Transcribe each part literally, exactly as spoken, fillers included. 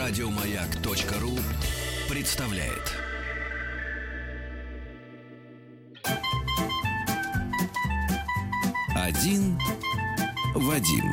Радиомаяк.ру представляет. Один Вадим.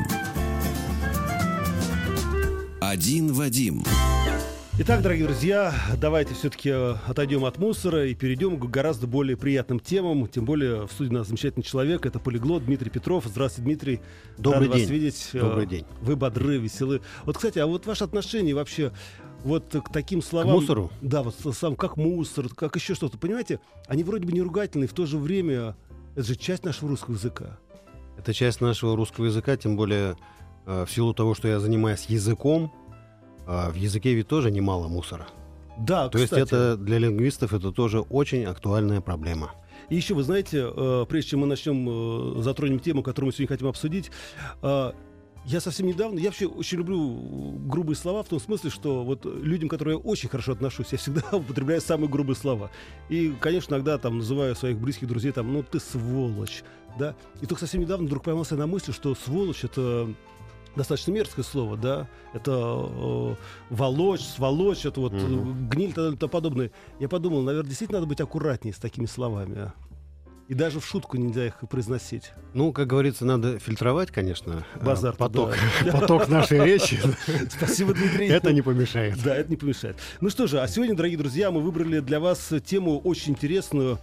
Один Вадим. Итак, дорогие друзья, давайте все-таки отойдем от мусора и перейдем к гораздо более приятным темам. Тем более в студии у нас замечательный человек. Это полиглот Дмитрий Петров. Здравствуйте, Дмитрий. Добрый Рад день. вас видеть. Добрый день. Вы бодры, веселы. Вот, кстати, а вот ваше отношение вообще вот к таким словам... К мусору? Да, вот сам как мусор, как еще что-то. Понимаете, они вроде бы не ругательные, в то же время это же часть нашего русского языка. Это часть нашего русского языка, тем более э, в силу того, что я занимаюсь языком, э, в языке ведь тоже немало мусора. Да, То кстати. есть это для лингвистов это тоже очень актуальная проблема. И еще, вы знаете, э, прежде чем мы начнем, э, затронем тему, которую мы сегодня хотим обсудить, э, я совсем недавно, я вообще очень люблю грубые слова в том смысле, что вот людям, к которым я очень хорошо отношусь, я всегда употребляю самые грубые слова. И, конечно, иногда там называю своих близких друзей, там, ну ты сволочь, да. И только совсем недавно вдруг поймался на мысли, что сволочь — это достаточно мерзкое слово, да, это э, волочь, сволочь, это вот mm-hmm. гниль и тому подобное. Я подумал, наверное, действительно надо быть аккуратнее с такими словами. И даже в шутку нельзя их произносить. Ну, как говорится, надо фильтровать, конечно, Базар, поток, да. поток нашей речи. Спасибо, Дмитрий. Это не помешает. Да, это не помешает. Ну что же, а сегодня, дорогие друзья, мы выбрали для вас тему очень интересную.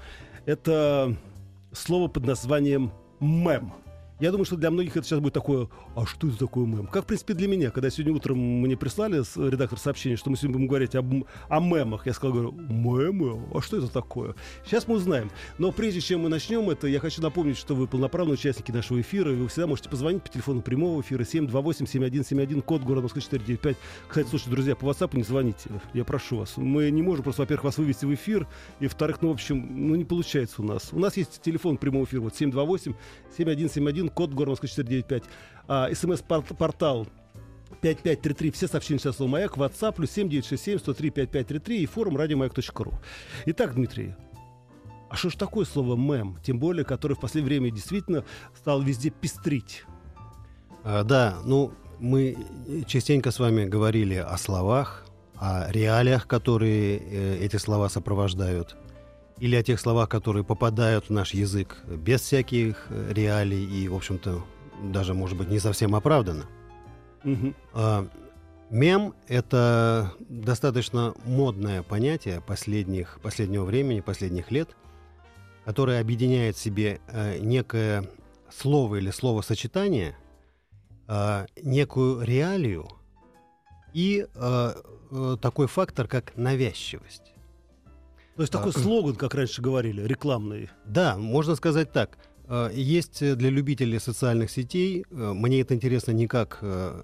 Это слово под названием «мем». Я думаю, что для многих это сейчас будет такое: а что это такое мем? Как, в принципе, для меня, когда сегодня утром мне прислали редактор сообщения, что мы сегодня будем говорить об, о мемах, я сказал, говорю, мемы? А что это такое? Сейчас мы узнаем. Но прежде чем мы начнем это, я хочу напомнить, что вы полноправные участники нашего эфира, и вы всегда можете позвонить по телефону прямого эфира семь два восемь семь один семь один, код города Москвы четыре девять пять. Кстати, слушайте, друзья, по WhatsApp не звоните, я прошу вас. Мы не можем просто, во-первых, вас вывести в эфир, и, во-вторых, ну, в общем, ну, не получается у нас. У нас есть телефон прямого эфира, вот семь два восемь семь один семь один, код города Москвы четыре девять пять. А, СМС-портал пять пять три три. Все сообщения сейчас слово «Маяк». WhatsApp плюс семь девять шесть семь сто три пять пять три три и форум радиомаяк точка ру. Итак, Дмитрий, а что ж такое слово «мем»? Тем более, которое в последнее время действительно стало везде пестрить. А, да, ну, мы частенько с вами говорили о словах, о реалиях, которые э, эти слова сопровождают, или о тех словах, которые попадают в наш язык без всяких реалий и, в общем-то, даже, может быть, не совсем оправданно. Угу. А, мем — это достаточно модное понятие последних, последнего времени, последних лет, которое объединяет в себе а, некое слово или словосочетание, а, некую реалию и а, а, такой фактор, как навязчивость. То есть такой слоган, как раньше говорили, рекламный. Да, можно сказать так. Есть для любителей социальных сетей, мне это интересно не как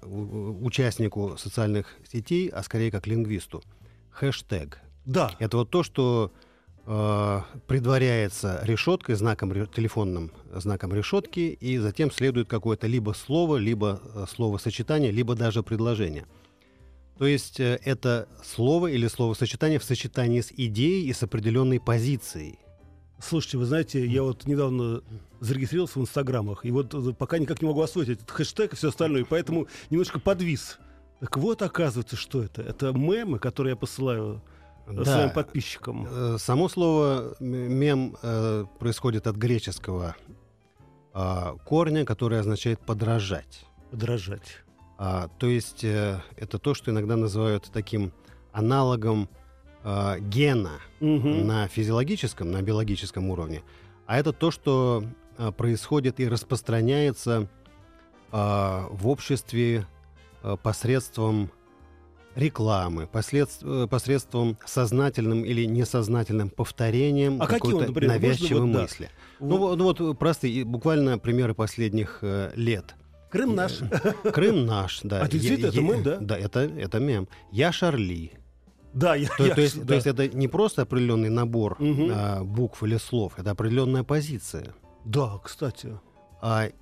участнику социальных сетей, а скорее как лингвисту, хэштег. Да. Это вот то, что э, предваряется решеткой, знаком, телефонным знаком решетки, и затем следует какое-то либо слово, либо словосочетание, либо даже предложение. То есть э, это слово или словосочетание в сочетании с идеей и с определенной позицией. Слушайте, вы знаете, я вот недавно зарегистрировался в инстаграмах, и вот пока никак не могу освоить этот хэштег и все остальное, и поэтому немножко подвис. Так вот, оказывается, что это? Это мемы, которые я посылаю да. своим подписчикам. Само слово «мем» э, происходит от греческого э, корня, который означает «подражать». Подражать. А, то есть э, это то, что иногда называют таким аналогом э, гена угу. на физиологическом, на биологическом уровне. А это то, что э, происходит и распространяется э, в обществе э, посредством рекламы, посредством, посредством сознательным или несознательным повторением а какой-то например, навязчивой вот, мысли. Да. Ну, вот, ну вот простые, буквально примеры последних э, лет. Крым наш. Крым наш, да. А действительно, это мем, да? Да, это, это мем. Я Шарли. Да, я, то, я, то, есть, да. то есть это не просто определенный набор угу. а, букв или слов, это определенная позиция. Да, кстати. А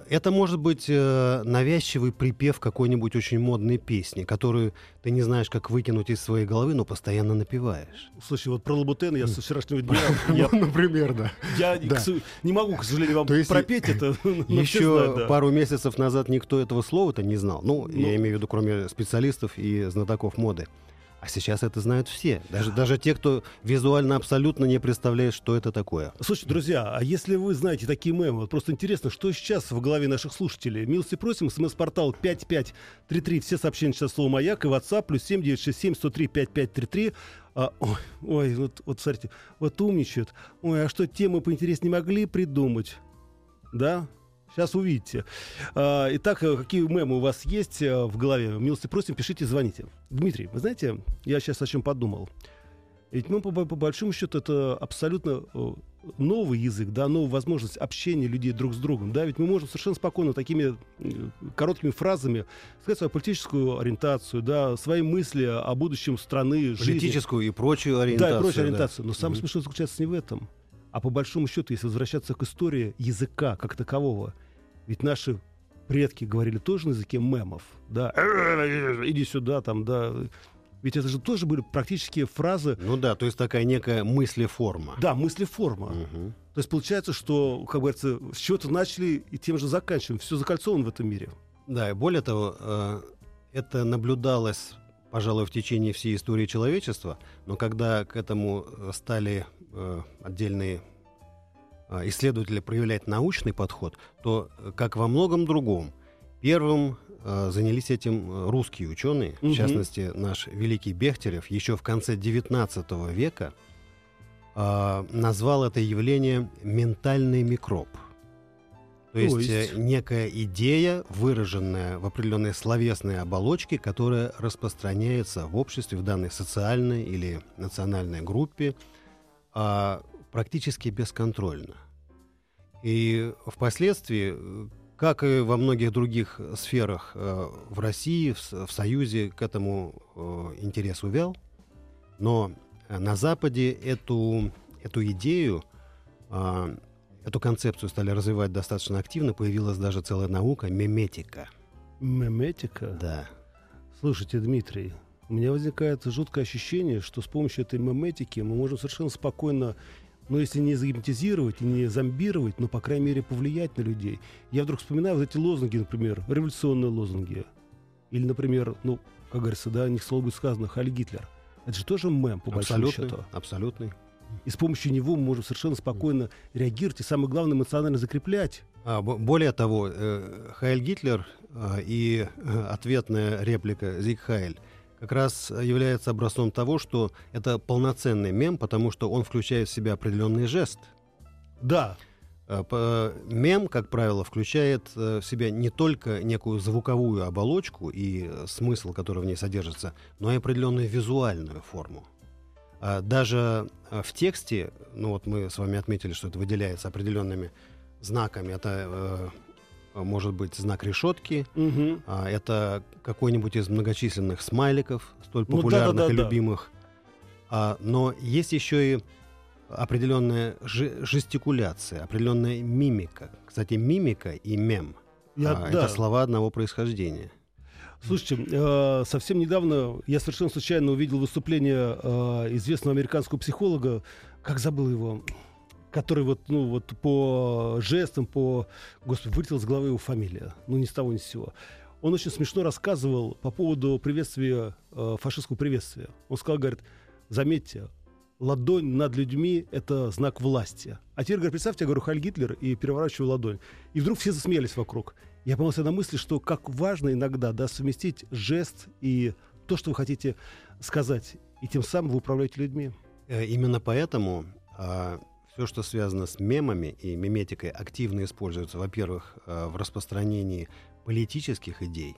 Это может быть э, навязчивый припев какой-нибудь очень модной песни, которую ты не знаешь, как выкинуть из своей головы, но постоянно напеваешь. Слушай, вот про Лабутена я со вчерашнего дня... я- Например, да. Я Да. к с- не могу, к сожалению, вам То есть пропеть это. но все Еще знают, да. пару месяцев назад никто этого слова-то не знал. Ну, Ну. я имею в виду, кроме специалистов и знатоков моды. А сейчас это знают все. Даже, даже те, кто визуально абсолютно не представляет, что это такое. Слушайте, друзья, а если вы знаете такие мемы, вот просто интересно, что сейчас в голове наших слушателей? Милости просим, смс-портал пять пять три три, все сообщения сейчас слово «Маяк», и WhatsApp плюс семь девятьсот шестьдесят семь сто три пятьдесят пять тридцать три. А, ой, ой, вот, вот смотрите, вот умничают. Ой, а что, темы поинтереснее могли придумать? Да? Сейчас увидите. А, итак, э, какие мемы у вас есть э, в голове? Милости просим, пишите, звоните. Дмитрий, вы знаете, я сейчас о чем подумал. Ведь мы, по, по большому счету, это абсолютно э, новый язык, да, новая возможность общения людей друг с другом. Да? Ведь мы можем совершенно спокойно такими э, короткими фразами сказать свою политическую ориентацию, да, свои мысли о будущем страны, жизни. Политическую и прочую ориентацию. Да, и прочую да. ориентацию. Но самое Мгм. смешное заключается не в этом. А по большому счету, если возвращаться к истории языка как такового, ведь наши предки говорили тоже на языке мемов, да, иди сюда, там, да. Ведь это же тоже были практически фразы, Ну да, то есть такая некая мыслеформа. да, мыслеформа. Мгм. То есть получается, что, как говорится, с чего-то начали и тем же заканчиваем. Все закольцовано в этом мире. Да, и более того, э, это наблюдалось, пожалуй, в течение всей истории человечества, но когда к этому э, стали э, отдельные э, исследователи проявлять научный подход, то, э, как во многом другом, первым э, занялись этим э, русские ученые, Мгм. в частности, наш великий Бехтерев, еще в конце девятнадцатого века э, назвал это явление «ментальный микроб». То есть, То есть? э, некая идея, выраженная в определенной словесной оболочке, которая распространяется в обществе, в данной социальной или национальной группе, а, практически бесконтрольно. И впоследствии, э, как и во многих других сферах э, в России, в, С- в Союзе, к этому э, интерес увял, но э, на Западе эту, эту идею, а, эту концепцию стали развивать достаточно активно, появилась даже целая наука — меметика. Меметика. Да. Слушайте, Дмитрий, у меня возникает жуткое ощущение, что с помощью этой меметики мы можем совершенно спокойно, ну, если не загипнотизировать и не зомбировать, но, по крайней мере, повлиять на людей. Я вдруг вспоминаю вот эти лозунги, например, революционные лозунги. Или, например, ну, как говорится, да, не слово будет сказано, «Хайль Гитлер». Это же тоже мем, по большому Абсолютный, счету. абсолютный. И с помощью него мы можем совершенно спокойно реагировать и, самое главное, эмоционально закреплять. А, бо- более того, э, Хайль Гитлер а, и э, ответная реплика «Зиг Хайль» как раз является образцом того, что это полноценный мем, потому что он включает в себя определенный жест. Да, А, по- Мем, как правило, включает э, в себя не только некую звуковую оболочку и э, смысл, который в ней содержится, но и определенную визуальную форму. А, Даже э, в тексте, ну вот мы с вами отметили, что это выделяется определенными знаками. Это э, может быть знак решетки, Мгм. а, это какой-нибудь из многочисленных смайликов, столь Ну, популярных и да-да-да-да. любимых. А, но есть еще и определенная жи- жестикуляция, определенная мимика. Кстати, мимика и мем Я- а, да. это слова одного происхождения. Слушайте, э, совсем недавно я совершенно случайно увидел выступление э, известного американского психолога, как забыл его, который вот, ну, вот по жестам, по... Господи, вылетела с головы его фамилия. Ну, ни с того, ни с сего. Он очень смешно рассказывал по поводу приветствия, э, фашистского приветствия. Он сказал, говорит, заметьте, ладонь над людьми — это знак власти. А теперь, говорит, представьте, я говорю, Хайль Гитлер, и переворачиваю ладонь. И вдруг все засмеялись вокруг. Я поймал себя на мысли, что как важно иногда, да, совместить жест и то, что вы хотите сказать. И тем самым вы управляете людьми. Э, Именно поэтому все, что связано с мемами и меметикой, активно используется, во-первых, э, в распространении политических идей.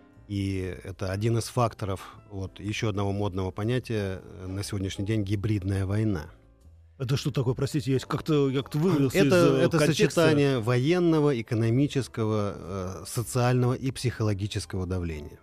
И это один из факторов вот, еще одного модного понятия э, на сегодняшний день — гибридная война. Это что такое, простите, я как-то как вывелся из Это, э, это контекста. сочетание военного, экономического, э, социального и психологического давления.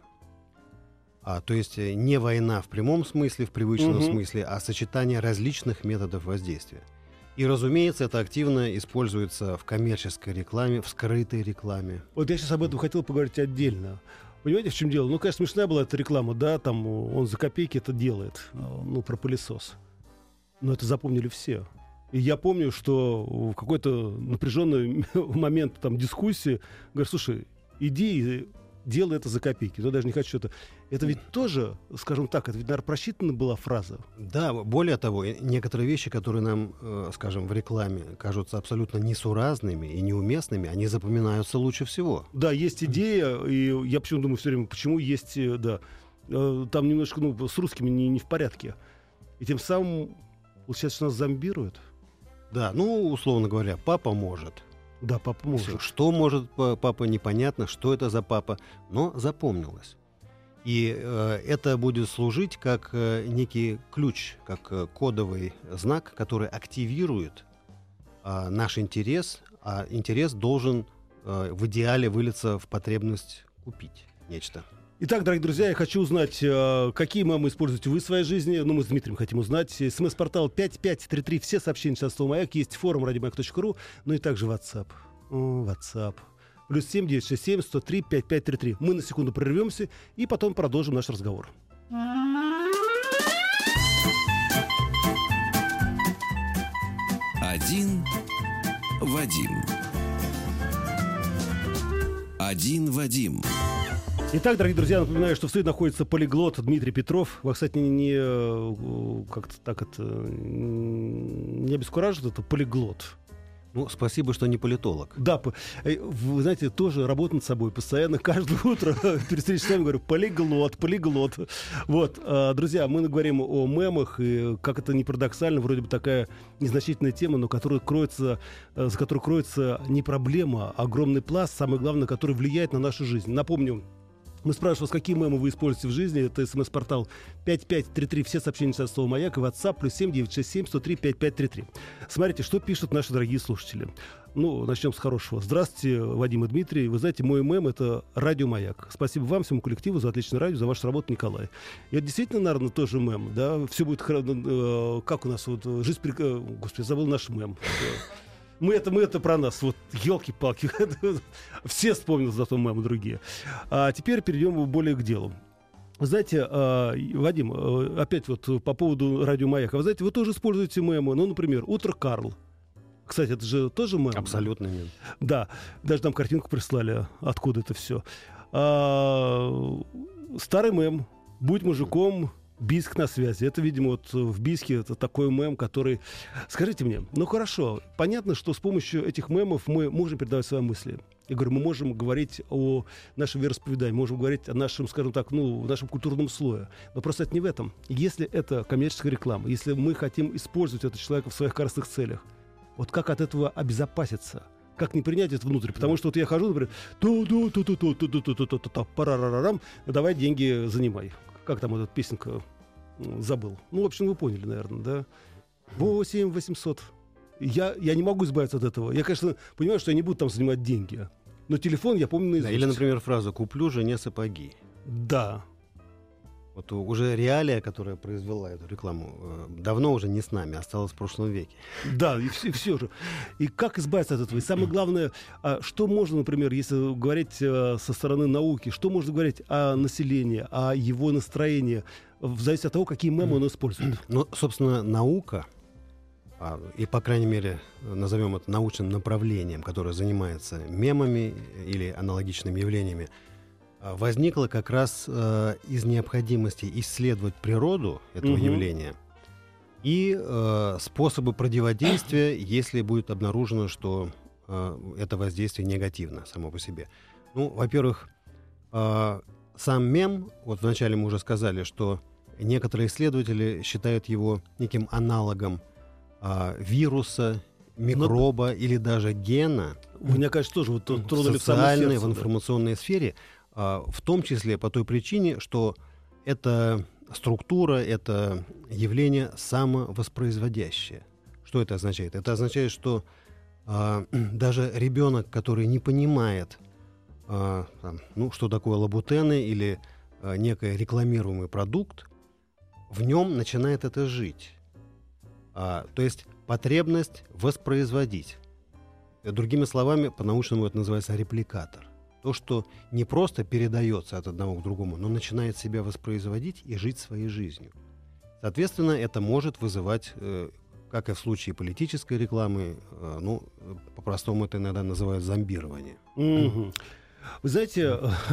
А, то есть э, не война в прямом смысле, в привычном Мгм. смысле, а сочетание различных методов воздействия. И, разумеется, это активно используется в коммерческой рекламе, в скрытой рекламе. Вот я сейчас об этом хотел поговорить отдельно. Понимаете, в чем дело? Ну, конечно, смешная была эта реклама, да, там он за копейки это делает, ну, про пылесос. Но это запомнили все. И я помню, что в какой-то напряженный момент там дискуссии говорят, слушай, иди и делай это за копейки. Я даже не хочу это. Это ведь тоже, скажем так, это ведь, наверное, просчитана была фраза. Да, более того, некоторые вещи, которые нам, э, скажем, в рекламе кажутся абсолютно несуразными и неуместными, они запоминаются лучше всего. Да, есть идея, и я почему думаю все время, почему есть, да, э, там немножко, ну, с русскими не, не в порядке. И тем самым, получается, что нас зомбируют. Да, ну, условно говоря, папа может. Да, папа может. Всё, что может папа, непонятно, что это за папа, но запомнилось. И э, это будет служить как э, некий ключ, как э, кодовый знак, который активирует э, наш интерес, а интерес должен э, в идеале вылиться в потребность купить нечто. Итак, дорогие друзья, я хочу узнать, э, какие мемы используете вы в своей жизни. Ну, мы с Дмитрием хотим узнать. СМС-портал пять пять три три. Все сообщения сейчас слово «Маяк». Есть форум радиомаяк точка ру, ну и также WhatsApp. О, WhatsApp. Плюс семь девятьсот шестьдесят семь сто три пятьдесят пять тридцать три. Мы на секунду прервемся и потом продолжим наш разговор. Один Вадим. Один Вадим. Итак, дорогие друзья, напоминаю, что в студии находится полиглот Дмитрий Петров. Вы, кстати, не, не как-то так это не обескуражит, это полиглот. Ну, спасибо, что не политолог. Да, вы знаете, тоже работаю над собой постоянно, каждое утро перед встречей с вами говорю полиглот, полиглот. Вот, друзья, мы говорим о мемах, и как это ни парадоксально, вроде бы такая незначительная тема, но которая кроется, за которой кроется не проблема, а огромный пласт, самое главное, который влияет на нашу жизнь. Напомню, мы спрашиваем вас, какие мемы вы используете в жизни. Это смс-портал пять пять три три. Все сообщения со словом «Маяк» и WhatsApp плюс семь девятьсот шестьдесят семь сто три пятьдесят пять тридцать три. Смотрите, что пишут наши дорогие слушатели. Ну, начнем с хорошего. Здравствуйте, Вадим и Дмитрий. Вы знаете, мой мем — это радио «Маяк». Спасибо вам, всему коллективу, за отличное радио, за вашу работу, Николай. И это действительно, наверное, тоже мем, да? Все будет хорошо. Как у нас вот жизнь... Господи, я забыл наш мем. Мы это, мы это про нас. Вот, елки-палки. Все вспомнил зато мемы другие. А теперь перейдем более к делу. Знаете, э, Вадим, э, опять вот по поводу радио «Маяк». Вы знаете, вы тоже используете мемы. Ну, например, «Утро, Карл». Кстати, это же тоже мем. Абсолютно нет. Да, даже нам картинку прислали, откуда это все. А, старый мем. «Будь мужиком, Бийск на связи». Это, видимо, вот в Бийске это такой мем, который... Скажите мне, ну хорошо, понятно, что с помощью этих мемов мы можем передавать свои мысли. Я говорю, мы можем говорить о нашем вероисповедании, можем говорить о нашем, скажем так, ну, нашем культурном слое. Но просто это не в этом. Если это коммерческая реклама, если мы хотим использовать этого человека в своих корыстных целях, вот как от этого обезопаситься? Как не принять это внутрь? Потому что вот я хожу, например, ту-ду-ту-ту-ту-ту-ту-ту-ту-ту-ту, парарарарам, давай деньги занимай. Как там эта песенка? Забыл. Ну, в общем, вы поняли, наверное, да? восемь восемьсот. Я, я не могу избавиться от этого. Я, конечно, понимаю, что я не буду там занимать деньги. Но телефон я помню наизусть. Да, или, например, фраза «куплю жене сапоги». Да. Вот уже реалия, которая произвела эту рекламу, давно уже не с нами, осталась в прошлом веке. Да, и все, все же. И как избавиться от этого? И самое главное, что можно, например, если говорить со стороны науки, что можно говорить о населении, о его настроении, в зависимости от того, какие мемы он использует? Ну, собственно, наука, и, по крайней мере, назовем это научным направлением, которое занимается мемами или аналогичными явлениями, возникла как раз э, из необходимости исследовать природу этого угу. явления и э, способы противодействия, если будет обнаружено, что э, это воздействие негативно само по себе. Ну, во-первых, э, сам мем, вот вначале мы уже сказали, что некоторые исследователи считают его неким аналогом э, вируса, микроба Но... или даже гена. Мне кажется, тоже вот в социальной, в информационной сфере. В том числе по той причине, что эта структура, это явление самовоспроизводящее. Что это означает? Это означает, что э, даже ребенок, который не понимает, э, там, ну, что такое лабутены или э, некий рекламируемый продукт, в нем начинает это жить. А, то есть потребность воспроизводить. Другими словами, по-научному это называется репликатор. То, что не просто передается от одного к другому, но начинает себя воспроизводить и жить своей жизнью. Соответственно, это может вызывать, э, как и в случае политической рекламы, э, ну, по-простому это иногда называют зомбирование. Mm-hmm. Вы знаете,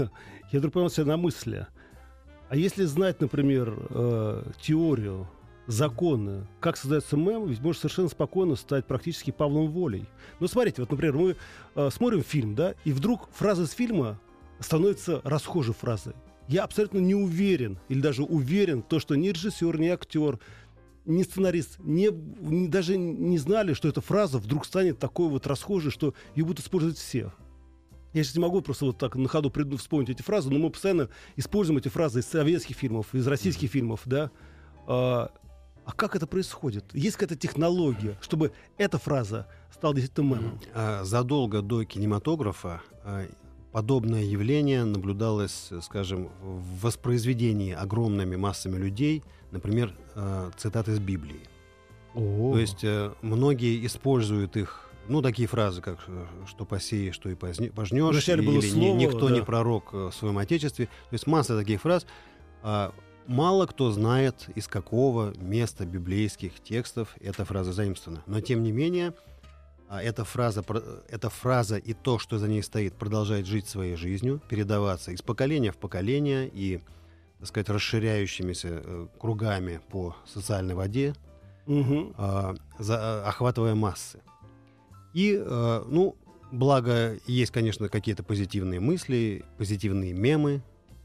я вдруг поймал себя на мысли. А если знать, например, э, теорию, законы, как создается мем, ведь можно совершенно спокойно стать практически Павлом Волей. Ну, смотрите, вот, например, мы э, смотрим фильм, да, и вдруг фраза из фильма становится расхожей фразой. Я абсолютно не уверен, или даже уверен, то, что ни режиссер, ни актер, ни сценарист не, не, даже не знали, что эта фраза вдруг станет такой вот расхожей, что ее будут использовать все. Я сейчас не могу просто вот так на ходу вспомнить эти фразы, но мы постоянно используем эти фразы из советских фильмов, из российских mm-hmm. фильмов, да. А, а как это происходит? Есть какая-то технология, чтобы эта фраза стала действительно мемом? Mm-hmm. Задолго до кинематографа подобное явление наблюдалось, скажем, в воспроизведении огромными массами людей, например, цитат из Библии. О-о-о. То есть многие используют их. Ну, такие фразы, как «что посеешь, что и пожнешь», Вначале или было слово, «никто да. не пророк в своем отечестве». То есть масса таких фраз. А мало кто знает, из какого места библейских текстов эта фраза заимствована. Но, тем не менее, эта фраза, эта фраза и то, что за ней стоит, продолжает жить своей жизнью, передаваться из поколения в поколение и, так сказать, расширяющимися кругами по социальной воде, угу. охватывая массы. И, э, ну, благо, есть, конечно, какие-то позитивные мысли, позитивные мемы,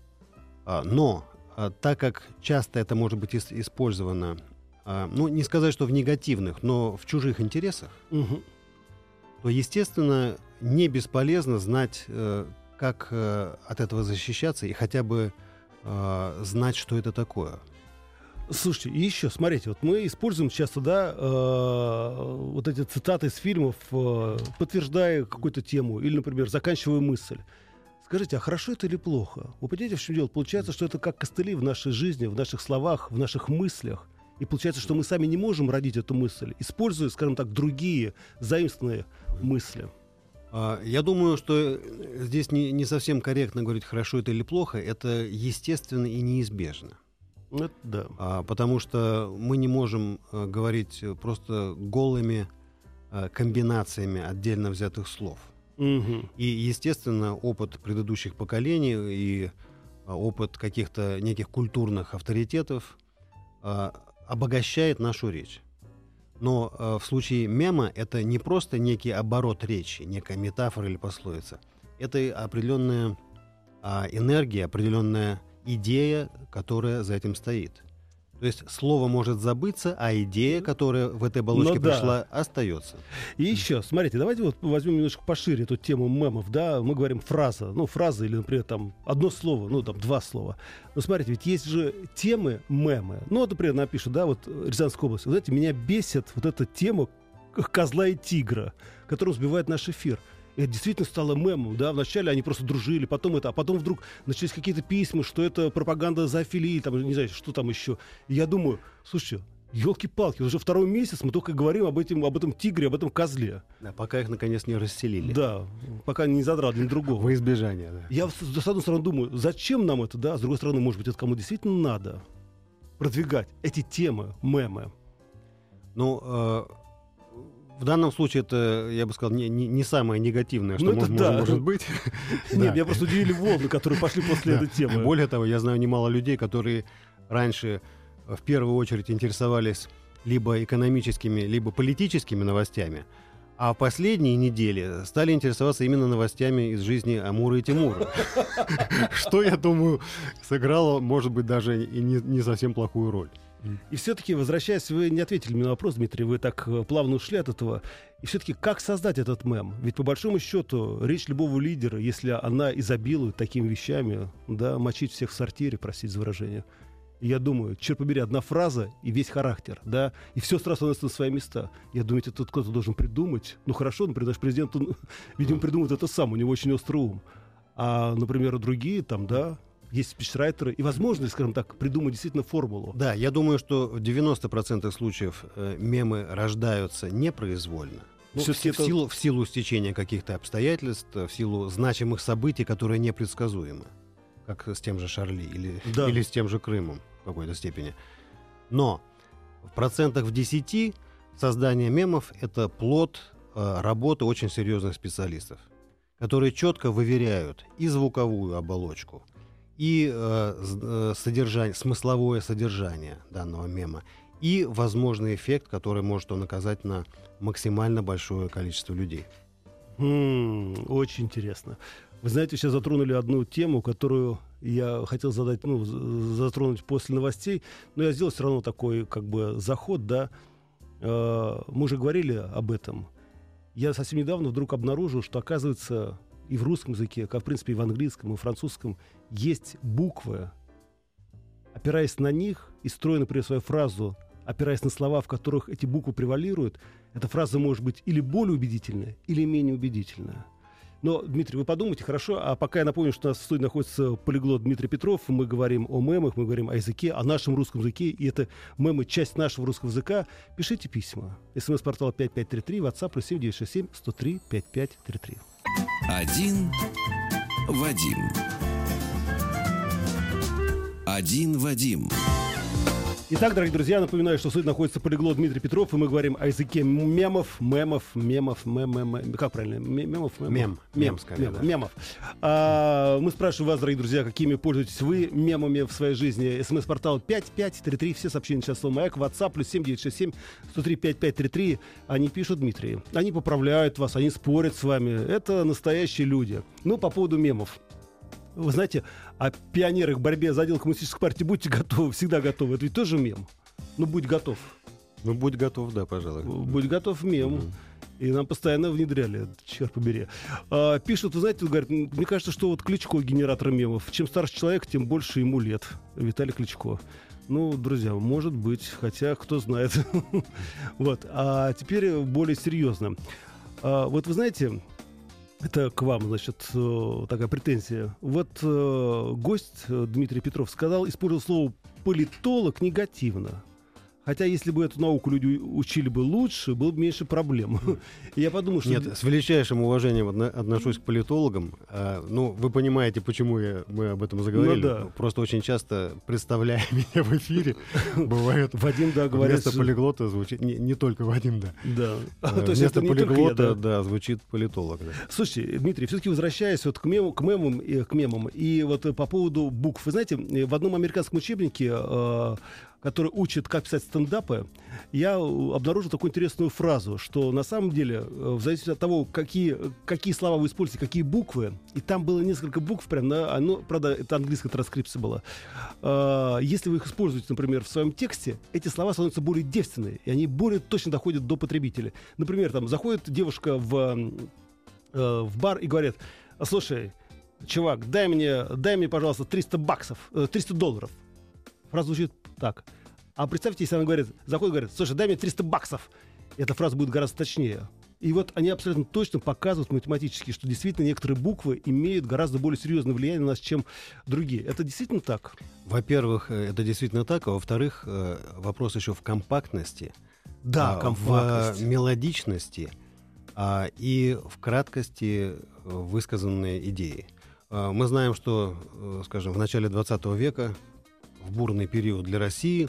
э, но э, так как часто это может быть ис- использовано, э, ну, не сказать, что в негативных, но в чужих интересах, угу. то, естественно, не бесполезно знать, э, как э, от этого защищаться и хотя бы э, знать, что это такое. Слушайте, и еще, смотрите, вот мы используем часто, да, э, вот эти цитаты из фильмов, э, подтверждая какую-то тему или, например, заканчивая мысль. Скажите, а хорошо это или плохо? Вы понимаете, в чем дело? Получается, что это как костыли в нашей жизни, в наших словах, в наших мыслях. И получается, что мы сами не можем родить эту мысль, используя, скажем так, другие заимствованные мысли. Я думаю, что здесь не, не совсем корректно говорить, хорошо это или плохо. Это естественно и неизбежно. Это да. А, потому что мы не можем а, говорить просто голыми а, комбинациями отдельно взятых слов. Угу. И, естественно, опыт предыдущих поколений и а, опыт каких-то неких культурных авторитетов а, обогащает нашу речь. Но а, в случае мема это не просто некий оборот речи, некая метафора или пословица. Это определенная а, энергия, определенная идея, которая за этим стоит. То есть слово может забыться, а идея, которая в этой оболочке ну, да. пришла, остается. И еще, смотрите, давайте вот возьмем немножко пошире эту тему мемов, да, мы говорим фраза, ну, фраза или, например, там, одно слово, ну, там, два слова. Но смотрите, ведь есть же темы мемы. Ну, вот, например, напишут, да, вот Рязанская область, вы знаете, меня бесит вот эта тема козла и тигра, которая сбивает наш эфир. И это действительно стало мемом, да, вначале они просто дружили, потом это, а потом вдруг начались какие-то письма, что это пропаганда зоофилии, там, не знаю, что там еще. И я думаю, слушайте, елки-палки, уже второй месяц мы только говорим об, этим, об этом тигре, об этом козле. Да, пока их, наконец, не расселили. Да, пока не задрали ни другого. Во избежание, да. Я с одной стороны думаю, зачем нам это, да, с другой стороны, может быть, это кому действительно надо продвигать эти темы, мемы. Ну, э- в данном случае это, я бы сказал, не, не, не самое негативное, что ну, может, да. может быть. Нет, меня просто удивили волны, которые пошли после этой темы. Более того, я знаю немало людей, которые раньше в первую очередь интересовались либо экономическими, либо политическими новостями, а в последние недели стали интересоваться именно новостями из жизни Амура и Тимура. Что, я думаю, сыграло, может быть, даже и не совсем плохую роль. И все-таки, возвращаясь, вы не ответили мне на вопрос, Дмитрий, вы так плавно ушли от этого. И все-таки, как создать этот мем? Ведь, по большому счету, речь любого лидера, если она изобилует такими вещами, да, мочить всех в сортире, простите за выражение. И я думаю, черт побери, одна фраза и весь характер, да, и все сразу становится на свои места. Я думаю, это кто-то должен придумать. Ну, хорошо, например, наш президент, он, видимо, придумает это сам, у него очень острый ум. А, например, другие там, да, есть спичрайтеры и возможность, скажем так, придумать действительно формулу. Да, я думаю, что в девяноста процентах случаев э, мемы рождаются непроизвольно. Ну, в, в, это... силу, в силу стечения каких-то обстоятельств, в силу значимых событий, которые непредсказуемы. Как с тем же Шарли или, да. или с тем же Крымом в какой-то степени. Но в процентах в десяти создание мемов — это плод э, работы очень серьезных специалистов, которые четко выверяют и звуковую оболочку, и э, содержание, смысловое содержание данного мема, и возможный эффект, который может он оказать на максимально большое количество людей. М-м, очень интересно. Вы знаете, сейчас затронули одну тему, которую я хотел задать, ну, затронуть после новостей, но я сделал все равно такой, как бы, заход, да. Э, мы уже говорили об этом. Я совсем недавно вдруг обнаружил, что, оказывается, и в русском языке, как, в принципе, и в английском, и в французском, есть буквы. Опираясь на них и строя, например, свою фразу, опираясь на слова, в которых эти буквы превалируют, эта фраза может быть или более убедительная, или менее убедительная. Но, Дмитрий, вы подумайте, хорошо, а пока я напомню, что у нас в студии находится полиглот Дмитрий Петров, мы говорим о мемах, мы говорим о языке, о нашем русском языке, и это мемы — часть нашего русского языка. Пишите письма. СМС-портал пять пять три три, WhatsApp плюс семь девятьсот шестьдесят семь сто три пятьдесят пять тридцать три. Один Вадим. Один Вадим. Итак, дорогие друзья, напоминаю, что в студии находится полиглот Дмитрий Петров, и мы говорим о языке мемов, мемов, мемов, мем, мем, как правильно? Мемов, мемов? Мем. Мем, скорее, мем, да. мемов. А, мы спрашиваем вас, дорогие друзья, какими пользуетесь вы мемами в своей жизни. СМС-портал пять пять три три, все сообщения сейчас слово «Маяк», WhatsApp плюс семь девятьсот шестьдесят семь сто три пятьдесят пять тридцать три. Они пишут, Дмитрий, они поправляют вас, они спорят с вами. Это настоящие люди. Ну, по поводу мемов. Вы знаете, о пионерах в борьбе за отдел коммунистической партии будьте готовы, всегда готовы. Это ведь тоже мем. Ну, будь готов. Ну, будь готов, да, пожалуй. Будь готов мем. Mm-hmm. И нам постоянно внедряли, черт побери. А, пишут, вы знаете, говорят, мне кажется, что вот Кличко генератор мемов. Чем старше человек, тем больше ему лет. Виталий Кличко. Ну, друзья, может быть, хотя кто знает. Вот. А теперь более серьезно. А, вот вы знаете, это к вам, значит, такая претензия. Вот э, гость Дмитрий Петров сказал, использовал слово политолог негативно. Хотя, если бы эту науку люди учили бы лучше, было бы меньше проблем. И я подумал, что... Нет, с величайшим уважением отно- отношусь к политологам. А, ну, вы понимаете, почему я, мы об этом заговорили. Ну, да. Просто очень часто, представляя меня в эфире, бывает... Вадим, да, говорит... Вместо полиглота звучит... Не, не только Вадим, да. Да. А, То есть вместо это не только полиглота, я, да? да, звучит политолог. Да. Слушайте, Дмитрий, все-таки возвращаясь вот к, мему, к, мемам, и, к мемам, и вот по поводу букв. Вы знаете, в одном американском учебнике... Э, который учит, как писать стендапы, я обнаружил такую интересную фразу, что на самом деле, в зависимости от того, какие, какие слова вы используете, какие буквы, и там было несколько букв, прям, на, ну, правда, это английская транскрипция была. Э, если вы их используете, например, в своем тексте, эти слова становятся более девственные, и они более точно доходят до потребителя. Например, там заходит девушка в, э, в бар и говорит: слушай, чувак, дай мне, дай мне, пожалуйста, триста баксов, э, триста долларов. Фраза звучит так. А представьте, если она говорит, заходит и говорит: слушай, дай мне триста баксов. Эта фраза будет гораздо точнее. И вот они абсолютно точно показывают математически, что действительно некоторые буквы имеют гораздо более серьезное влияние на нас, чем другие. Это действительно так? Во-первых, это действительно так. А во-вторых, вопрос еще в компактности. Да, компактность. В мелодичности и в краткости высказанной идеи. Мы знаем, что, скажем, в начале двадцатого века, в бурный период для России,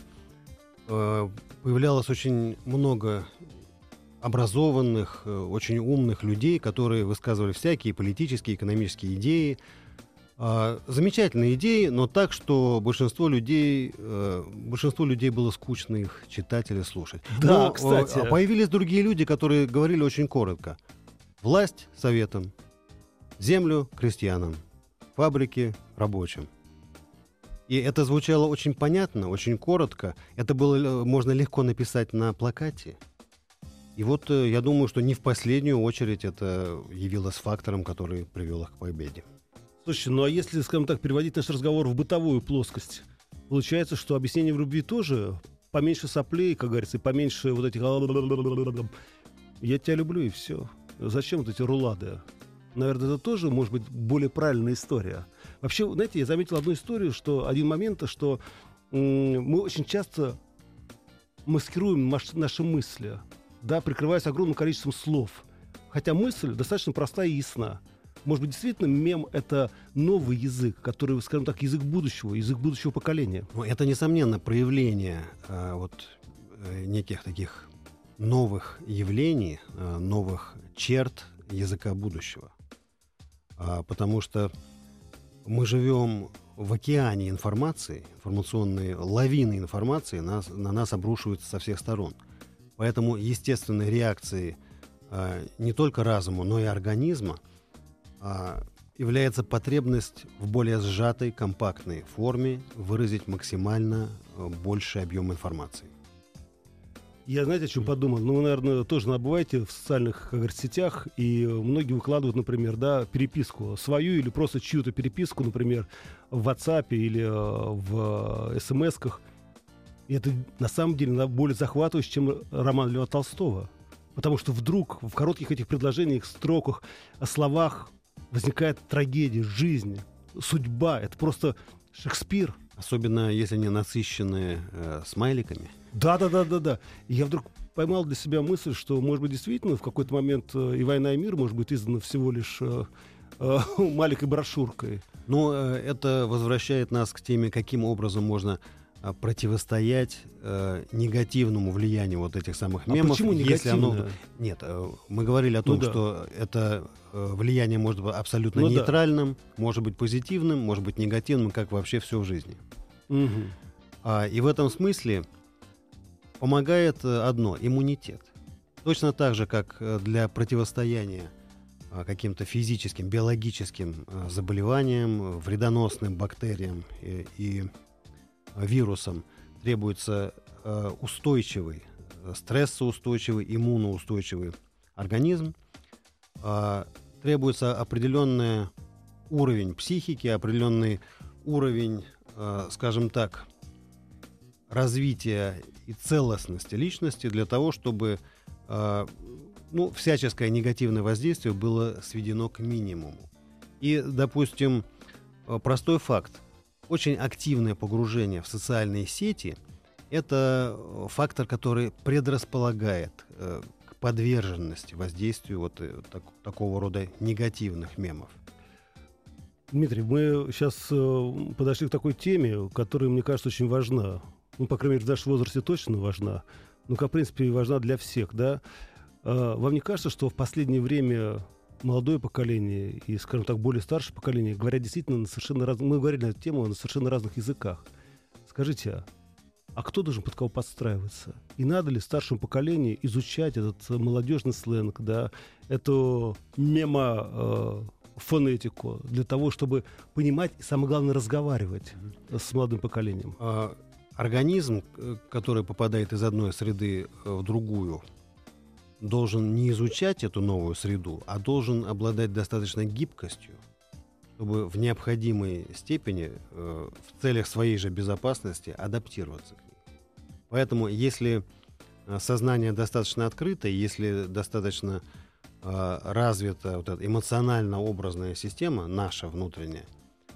появлялось очень много образованных, очень умных людей, которые высказывали всякие политические, экономические идеи. Замечательные идеи, но так, что большинство людей, большинство людей было скучно их читать или слушать. Да, но, кстати. Появились другие люди, которые говорили очень коротко. Власть советам, землю крестьянам, фабрики рабочим. И это звучало очень понятно, очень коротко. Это было можно легко написать на плакате. И вот я думаю, что не в последнюю очередь это явилось фактором, который привел их к победе. Слушайте, ну а если, скажем так, переводить наш разговор в бытовую плоскость, получается, что объяснение в любви тоже поменьше соплей, как говорится, и поменьше вот этих... Я тебя люблю, и все. Зачем вот эти рулады? Наверное, это тоже, может быть, более правильная история. Вообще, знаете, я заметил одну историю, что один момент, что м- мы очень часто маскируем маш- наши мысли, да, прикрываясь огромным количеством слов. Хотя мысль достаточно простая и ясна. Может быть, действительно, мем — это новый язык, который, скажем так, язык будущего, язык будущего поколения. Ну, это, несомненно, проявление а, вот, э, неких таких новых явлений, а, новых черт языка будущего. А, потому что мы живем в океане информации, информационной лавины информации нас, на нас обрушиваются со всех сторон. Поэтому естественной реакцией а, не только разума, но и организма а, является потребность в более сжатой, компактной форме выразить максимально а, больший объем информации. Я, знаете, о чем подумал? Ну, вы, наверное, тоже набываете в социальных, как говорится, сетях, и многие выкладывают, например, да, переписку свою или просто чью-то переписку, например, в WhatsApp или э, в эс эм эсках. И это, на самом деле, более захватывающе, чем роман Льва Толстого. Потому что вдруг в коротких этих предложениях, строках, о словах возникает трагедия, жизнь, судьба. Это просто Шекспир. Особенно, если они насыщены э, смайликами. Да-да-да-да-да. И я вдруг поймал для себя мысль, что, может быть, действительно, в какой-то момент э, и «Война и мир» может быть издана всего лишь э, э, маленькой брошюркой. Но э, это возвращает нас к теме, каким образом можно э, противостоять э, негативному влиянию вот этих самых мемов. А почему негативно? Оно... Нет, э, мы говорили о том, ну, да. что это э, влияние может быть абсолютно ну, нейтральным, да. может быть позитивным, может быть негативным, как вообще все в жизни. Угу. А, и в этом смысле помогает одно — иммунитет. Точно так же, как для противостояния а, каким-то физическим, биологическим а, заболеваниям, вредоносным бактериям и, и а, вирусам требуется а, устойчивый, стрессоустойчивый, иммуноустойчивый организм, а, требуется определенный уровень психики, определенный уровень, а, скажем так, развития и целостности личности для того, чтобы э, ну, всяческое негативное воздействие было сведено к минимуму. И, допустим, простой факт. Очень активное погружение в социальные сети — это фактор, который предрасполагает э, к подверженности воздействию вот, э, так, такого рода негативных мемов. Дмитрий, мы сейчас э, подошли к такой теме, которая, мне кажется, очень важна. Ну, по крайней мере, в нашем возрасте точно важна, ну, как, в принципе, и важна для всех, да. А, вам не кажется, что в последнее время молодое поколение и, скажем так, более старшее поколение говорят действительно на совершенно разных... Мы говорили на эту тему на совершенно разных языках. Скажите, а, а кто должен под кого подстраиваться? И надо ли старшему поколению изучать этот молодежный сленг, да, эту мемо... Э, фонетику для того, чтобы понимать и, самое главное, разговаривать с молодым поколением? А, организм, который попадает из одной среды в другую, должен не изучать эту новую среду, а должен обладать достаточной гибкостью, чтобы в необходимой степени э, в целях своей же безопасности адаптироваться к ней. Поэтому, если сознание достаточно открыто, если достаточно э, развита вот эта эмоционально-образная система, наша внутренняя,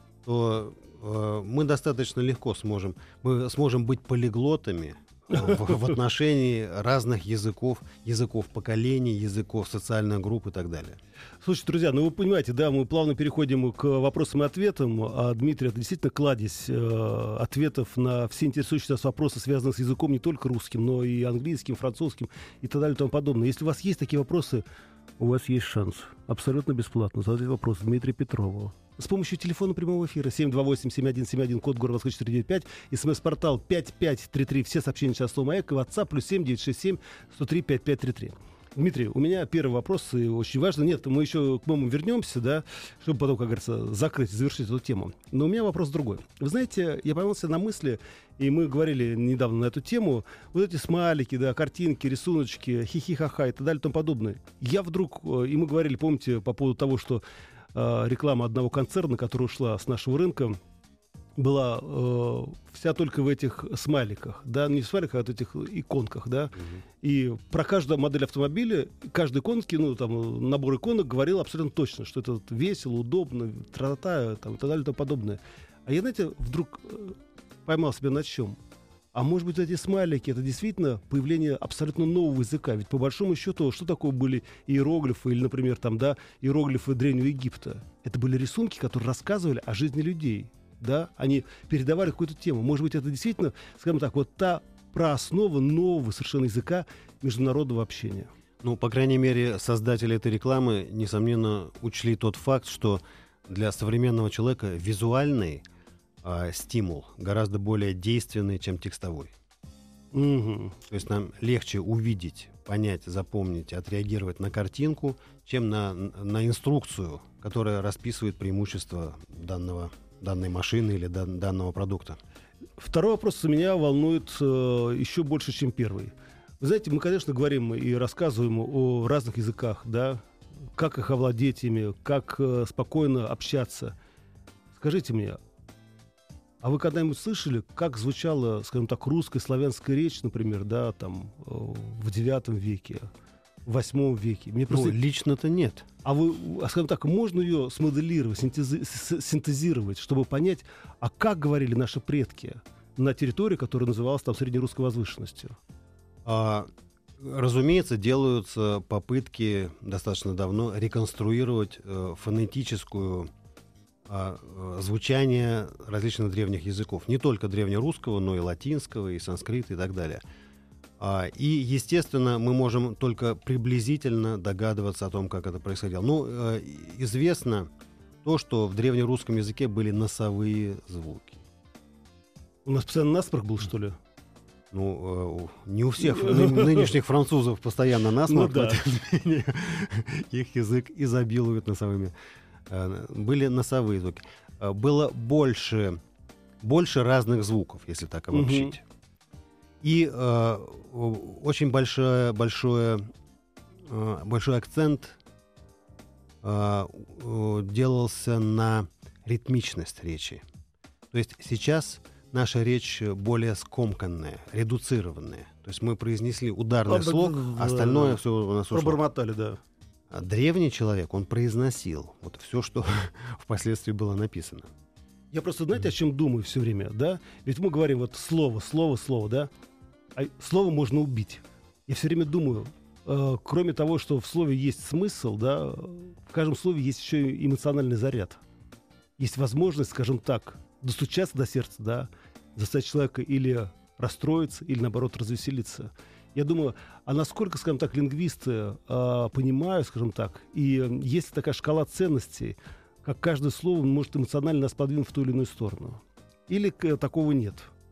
то э, мы достаточно легко сможем, мы сможем быть полиглотами в, в отношении разных языков, языков поколений, языков социальных групп и так далее. Слушайте, друзья, ну вы понимаете, да, мы плавно переходим к вопросам и ответам, а Дмитрий — это действительно кладезь э, ответов на все интересующие нас вопросы, связанные с языком не только русским, но и английским, французским и так далее и тому подобное. Если у вас есть такие вопросы, у вас есть шанс абсолютно бесплатно задать вопрос Дмитрию Петрову с помощью телефона прямого эфира семь два восемь семь один семь один, код города Москвы четыре девять пять, смс-портал пять пять три три, все сообщения сейчас слово «Маяк», и WhatsApp плюс семь девятьсот шестьдесят семь сто три пятьдесят пять тридцать три. Дмитрий, у меня первый вопрос, и очень важно. Нет, мы еще к мему вернемся, да, чтобы потом, как говорится, закрыть, завершить эту тему. Но у меня вопрос другой. Вы знаете, я поймался на мысли, и мы говорили недавно на эту тему, вот эти смайлики, да, картинки, рисуночки, хихи-ха-ха и так далее и тому подобное. Я вдруг, и мы говорили, помните, по поводу того, что э, реклама одного концерна, которая ушла с нашего рынка, была э, вся только в этих смайликах, да, не в смайликах, а в этих иконках, да, Мгм. и про каждую модель автомобиля, каждой иконки, ну, там, набор иконок говорил абсолютно точно, что это вот весело, удобно, тра-та-та, там, и так далее, и тому подобное. А я, знаете, вдруг э, поймал себя на чем? А может быть, эти смайлики — это действительно появление абсолютно нового языка? Ведь по большому счету, что такое были иероглифы или, например, там, да, иероглифы Древнего Египта? Это были рисунки, которые рассказывали о жизни людей, да? Они передавали какую-то тему. Может быть, это действительно, скажем так, вот та прооснова нового совершенно языка международного общения. Ну, по крайней мере, создатели этой рекламы, несомненно, учли тот факт, что для современного человека визуальный а, стимул гораздо более действенный, чем текстовой. Угу. То есть нам легче увидеть, понять, запомнить, отреагировать на картинку, чем на, на инструкцию, которая расписывает преимущества данного, данной машины или дан, данного продукта. Второй вопрос меня волнует э, еще больше, чем первый. Вы знаете, мы, конечно, говорим и рассказываем о разных языках, да, как их овладеть ими, как э, спокойно общаться. Скажите мне, а вы когда-нибудь слышали, как звучала, скажем так, русская славянская речь, например, да, там, э, в девятом веке, в восьмом веке? Мне просто... Ну, лично-то нет. А вы, а, скажем так, можно ее смоделировать, синтези- с- синтезировать, чтобы понять, а как говорили наши предки на территории, которая называлась там среднерусской возвышенностью? А, разумеется, делаются попытки достаточно давно реконструировать э, фонетическую а, э, звучание различных древних языков. Не только древнерусского, но и латинского, и санскрита, и так далее. А, и, естественно, мы можем только приблизительно догадываться о том, как это происходило. Ну, э, известно то, что в древнерусском языке были носовые звуки. У нас постоянно насморк был, что ли? Ну, э, не у всех ны- нынешних французов постоянно насморк, Ну но да. тем не менее их язык изобилует носовыми. Э, Были носовые звуки. Э, Было больше, больше разных звуков, если так Мгм. обобщить. И э, очень большое, большое, э, большой акцент э, э, делался на ритмичность речи. То есть сейчас наша речь более скомканная, редуцированная. То есть мы произнесли ударный А, слог, да, да, а остальное да. все у нас ушло. Пробормотали, да. А древний человек, он произносил вот все, что впоследствии было написано. Я просто, знаете, о чем думаю все время, да? Ведь мы говорим вот слово, слово, слово, да? А слово можно убить. Я все время думаю, э, кроме того, что в слове есть смысл, да, в каждом слове есть еще и эмоциональный заряд. Есть возможность, скажем так, достучаться до сердца, да, заставить человека или расстроиться, или, наоборот, развеселиться. Я думаю, а насколько, скажем так, лингвисты э, понимают, скажем так, и э, есть такая шкала ценностей, как каждое слово может эмоционально нас подвинуть в ту или иную сторону. Или к- такого нет.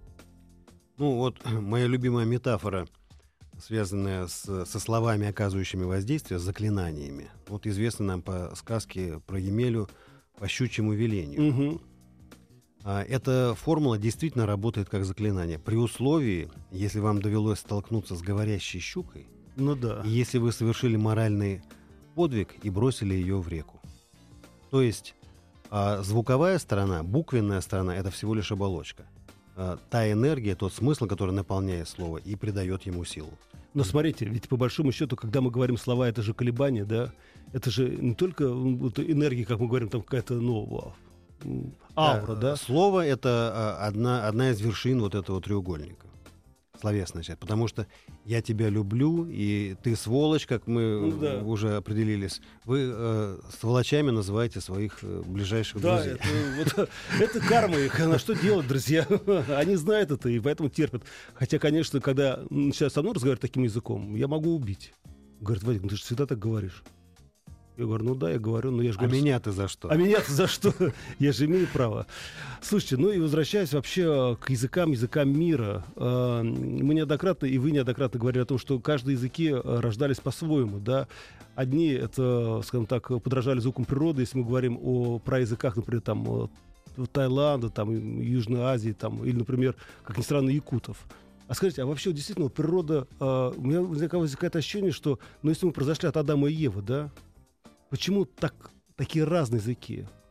Ну вот моя любимая метафора, связанная с, со словами, оказывающими воздействие, с заклинаниями. Вот известна нам по сказке про Емелю по щучьему велению. Мгм. А, Эта формула действительно работает как заклинание. При условии, если вам довелось столкнуться с говорящей щукой, Ну да. и если вы совершили моральный подвиг и бросили ее в реку. То есть а, звуковая сторона, буквенная сторона — это всего лишь оболочка. А, та энергия, тот смысл, который наполняет слово и придает ему силу. Но смотрите, ведь по большому счету, когда мы говорим слова, это же колебания, да? Это же не только м, вот энергия, как мы говорим, там какая-то, ну, м, аура, да? Слово — это а, одна, одна из вершин вот этого треугольника. Словесная часть. Потому что я тебя люблю, и ты сволочь, как мы Ну да. уже определились. Вы э, сволочами называете своих э, ближайших Да, друзей. это, вот, это карма их. На что делать, друзья? Они знают это и поэтому терпят. Хотя, конечно, когда начинают со мной разговаривать таким языком, я могу убить. Говорят, Вадик, ну ты же всегда так говоришь. Я говорю, ну да, я говорю, но я же А говорю... меня ты за что? А меня-то за что? Я же имею право. Слушайте, ну и возвращаясь вообще к языкам, языкам мира. э, Мы неоднократно, и вы неоднократно говорили о том, что каждые языки э, рождались по-своему, да. Одни, это, скажем так, подражали звукам природы, если мы говорим о, про языках, например, там, э, Таиланда, там, Южной Азии, там, или, например, как ни странно, якутов. А скажите, а вообще действительно природа... э, У меня возникает ощущение, что, ну, если мы произошли от Адама и Евы, да, почему так, такие разные языки?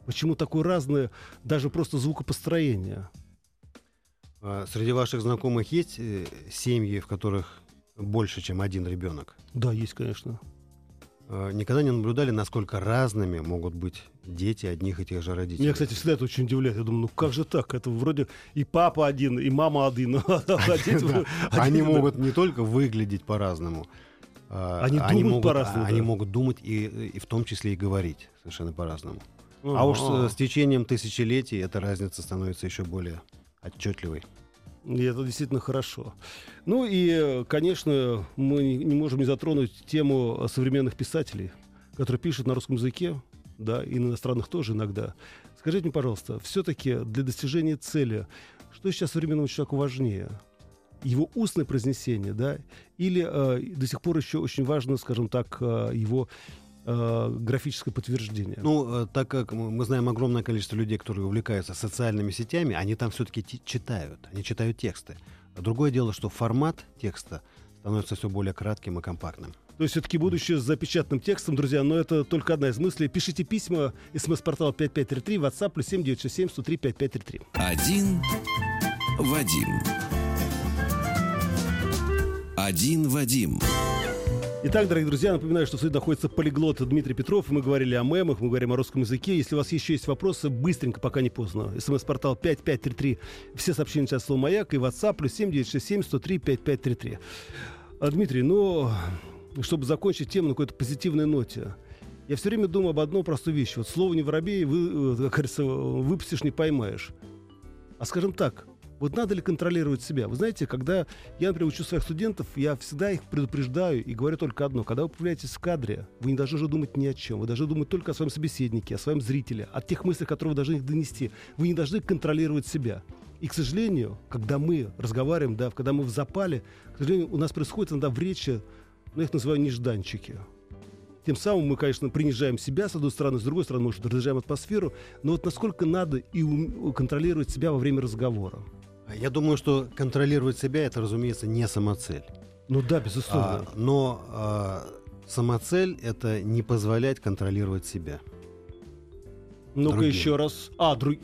Почему такое разное, даже просто звукопостроение? Среди ваших знакомых есть семьи, в которых больше, чем один ребенок? Да, есть, конечно. Никогда не наблюдали, насколько разными могут быть дети одних и тех же родителей? Меня, кстати, всегда это очень удивляет. Я думаю, ну как же так? Это вроде и папа один, и мама один. Они могут не только выглядеть по-разному, они думают по-разному. Они могут думать и в том числе и говорить совершенно по-разному. А уж с течением тысячелетий эта разница становится еще более отчетливой. И это действительно хорошо. Ну и, конечно, мы не можем не затронуть тему современных писателей, которые пишут на русском языке, да, и на иностранных тоже иногда. Скажите мне, пожалуйста, все-таки для достижения цели, что сейчас современному человеку важнее? Его устное произнесение, да, или э, до сих пор еще очень важно, скажем так, э, его графическое подтверждение? Ну, так как мы знаем огромное количество людей, которые увлекаются социальными сетями, они там все-таки т- читают, они читают тексты. Другое дело, что формат текста становится все более кратким и компактным. То есть все-таки будущее с запечатанным текстом, друзья, но это только одна из мыслей. Пишите письма, смс-портал пять пять три три, WhatsApp плюс семь девятьсот шестьдесят семь сто три пятьдесят пять тридцать три. Один Вадим. Один Вадим. Итак, дорогие друзья, напоминаю, что в студии находится полиглот Дмитрий Петров. Мы говорили о мемах, мы говорим о русском языке. Если у вас еще есть вопросы, быстренько, пока не поздно. СМС-портал пять пять три три. Все сообщения сейчас слово «Маяк» и WhatsApp плюс семь девятьсот шестьдесят семь сто три пятьдесят пять тридцать три. А, Дмитрий, ну, чтобы закончить тему на какой-то позитивной ноте, я все время думаю об одной простой вещи. Вот слово «не воробей», вы, как говорится, выпустишь, не поймаешь. А скажем так, вот надо ли контролировать себя? Вы знаете, когда я, например, учу своих студентов, я всегда их предупреждаю и говорю только одно. Когда вы появляетесь в кадре, вы не должны же думать ни о чем. Вы должны думать только о своем собеседнике, о своем зрителе, о тех мыслях, которые вы должны их донести. Вы не должны контролировать себя. И, к сожалению, когда мы разговариваем, да, когда мы в запале, к сожалению, у нас происходит иногда в речи, ну, я их называю нежданчики. Тем самым мы, конечно, принижаем себя, с одной стороны, с другой стороны, может, разряжаем атмосферу. Но вот насколько надо и ум- контролировать себя во время разговора? Я думаю, что контролировать себя — это, разумеется, не самоцель. Ну да, безусловно. А, но а, самоцель — это не позволять контролировать себя. Ну-ка другим. еще раз. А, друг...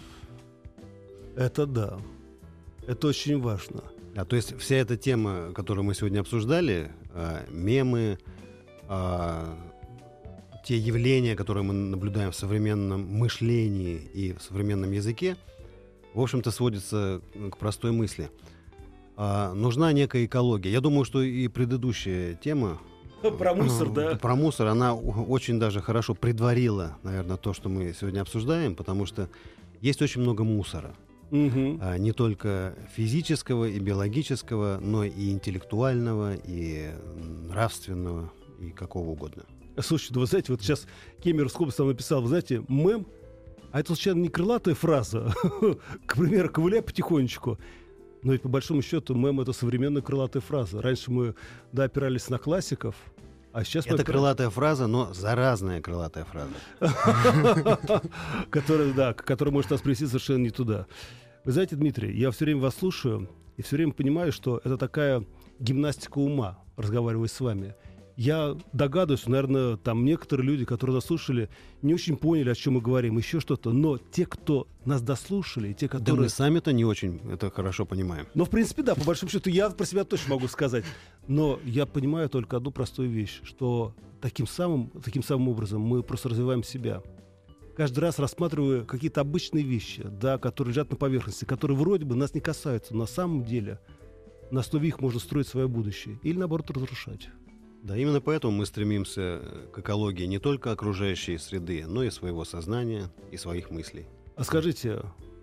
Это да. Это очень важно. А, то есть вся эта тема, которую мы сегодня обсуждали, а, мемы, а, те явления, которые мы наблюдаем в современном мышлении и в современном языке, в общем-то, сводится к простой мысли. А, нужна некая экология. Я думаю, что и предыдущая тема Про мусор, да? Про мусор, она очень даже хорошо предварила, наверное, то, что мы сегодня обсуждаем, потому что есть очень много мусора. Угу. А, не только физического и биологического, но и интеллектуального, и нравственного, и какого угодно. Слушайте, да вы знаете, вот сейчас Кемер Скобс там написал, вы знаете, мем, а это случайно не крылатая фраза? К примеру, ковыляй потихонечку. Но ведь по большому счету мем — это современная крылатая фраза. Раньше мы, да, опирались на классиков, а сейчас мы Это опира- крылатая фраза, но заразная крылатая фраза. которая, да, которая может нас привести совершенно не туда. Вы знаете, Дмитрий, я все время вас слушаю и все время понимаю, что это такая гимнастика ума, разговаривая с вами. Я догадываюсь, что, наверное, там некоторые люди, которые нас слушали, не очень поняли, о чем мы говорим, еще что-то. Но те, кто нас дослушали, и те, Да которые... мы сами-то не очень это хорошо понимаем. Ну, в принципе, да, по большому счету, я про себя точно могу сказать. Но я понимаю только одну простую вещь, что таким самым, таким самым образом мы просто развиваем себя. Каждый раз рассматривая какие-то обычные вещи, да, которые лежат на поверхности, которые вроде бы нас не касаются, но на самом деле на основе их можно строить свое будущее. Или, наоборот, разрушать. Да, именно поэтому мы стремимся к экологии не только окружающей среды, но и своего сознания и своих мыслей. А скажите,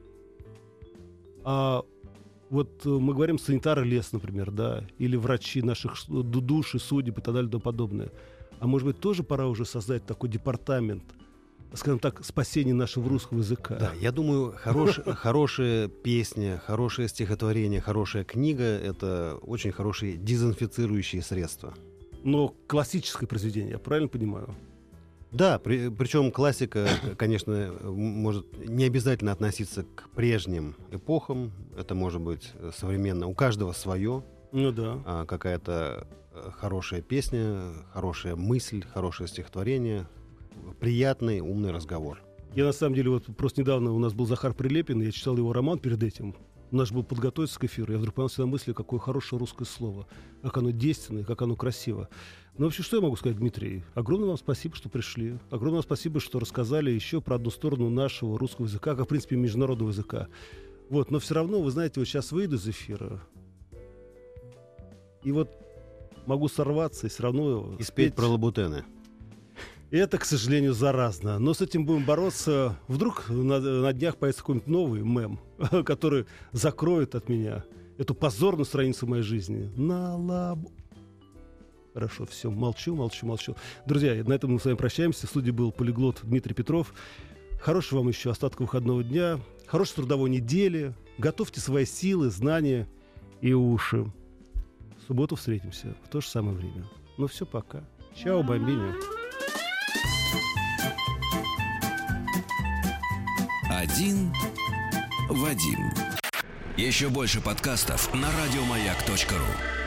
а вот мы говорим санитары лес, например, да, или врачи наших души, судеб и так далее и тому подобное. А может быть, тоже пора уже создать такой департамент, скажем так, спасения нашего русского языка? Да, я думаю, хорош, хорошая песня, хорошее стихотворение, хорошая книга — это очень хорошие дезинфицирующие средства. Но классическое произведение, я правильно понимаю? Да, при, причем классика, конечно, может не обязательно относиться к прежним эпохам. Это может быть современно. У каждого свое. Ну да. А, какая-то хорошая песня, хорошая мысль, хорошее стихотворение, приятный, умный разговор. Я, на самом деле, вот просто недавно у нас был Захар Прилепин, я читал его роман перед этим. У нас же был подготовиться к эфиру. Я вдруг поймался на мысли, какое хорошее русское слово. Как оно действенное, как оно красиво. Ну, вообще, что я могу сказать, Дмитрий? Огромное вам спасибо, что пришли. Огромное вам спасибо, что рассказали еще про одну сторону нашего русского языка, как, в принципе, международного языка. Вот, но все равно, вы знаете, вот сейчас выйду из эфира, и вот могу сорваться и все равно... И спеть про лабутены. Это, к сожалению, заразно. Но с этим будем бороться. Вдруг на, на днях появится какой-нибудь новый мем, который закроет от меня эту позорную страницу моей жизни. На лаб... Хорошо, все, молчу, молчу, молчу. Друзья, на этом мы с вами прощаемся. В студии был полиглот Дмитрий Петров. Хорошего вам еще остатка выходного дня. Хорошей трудовой недели. Готовьте свои силы, знания и уши. В субботу встретимся в то же самое время. Ну все, пока. Чао, бомбини. Один Вадим. Еще больше подкастов на радиомаяк точка ру.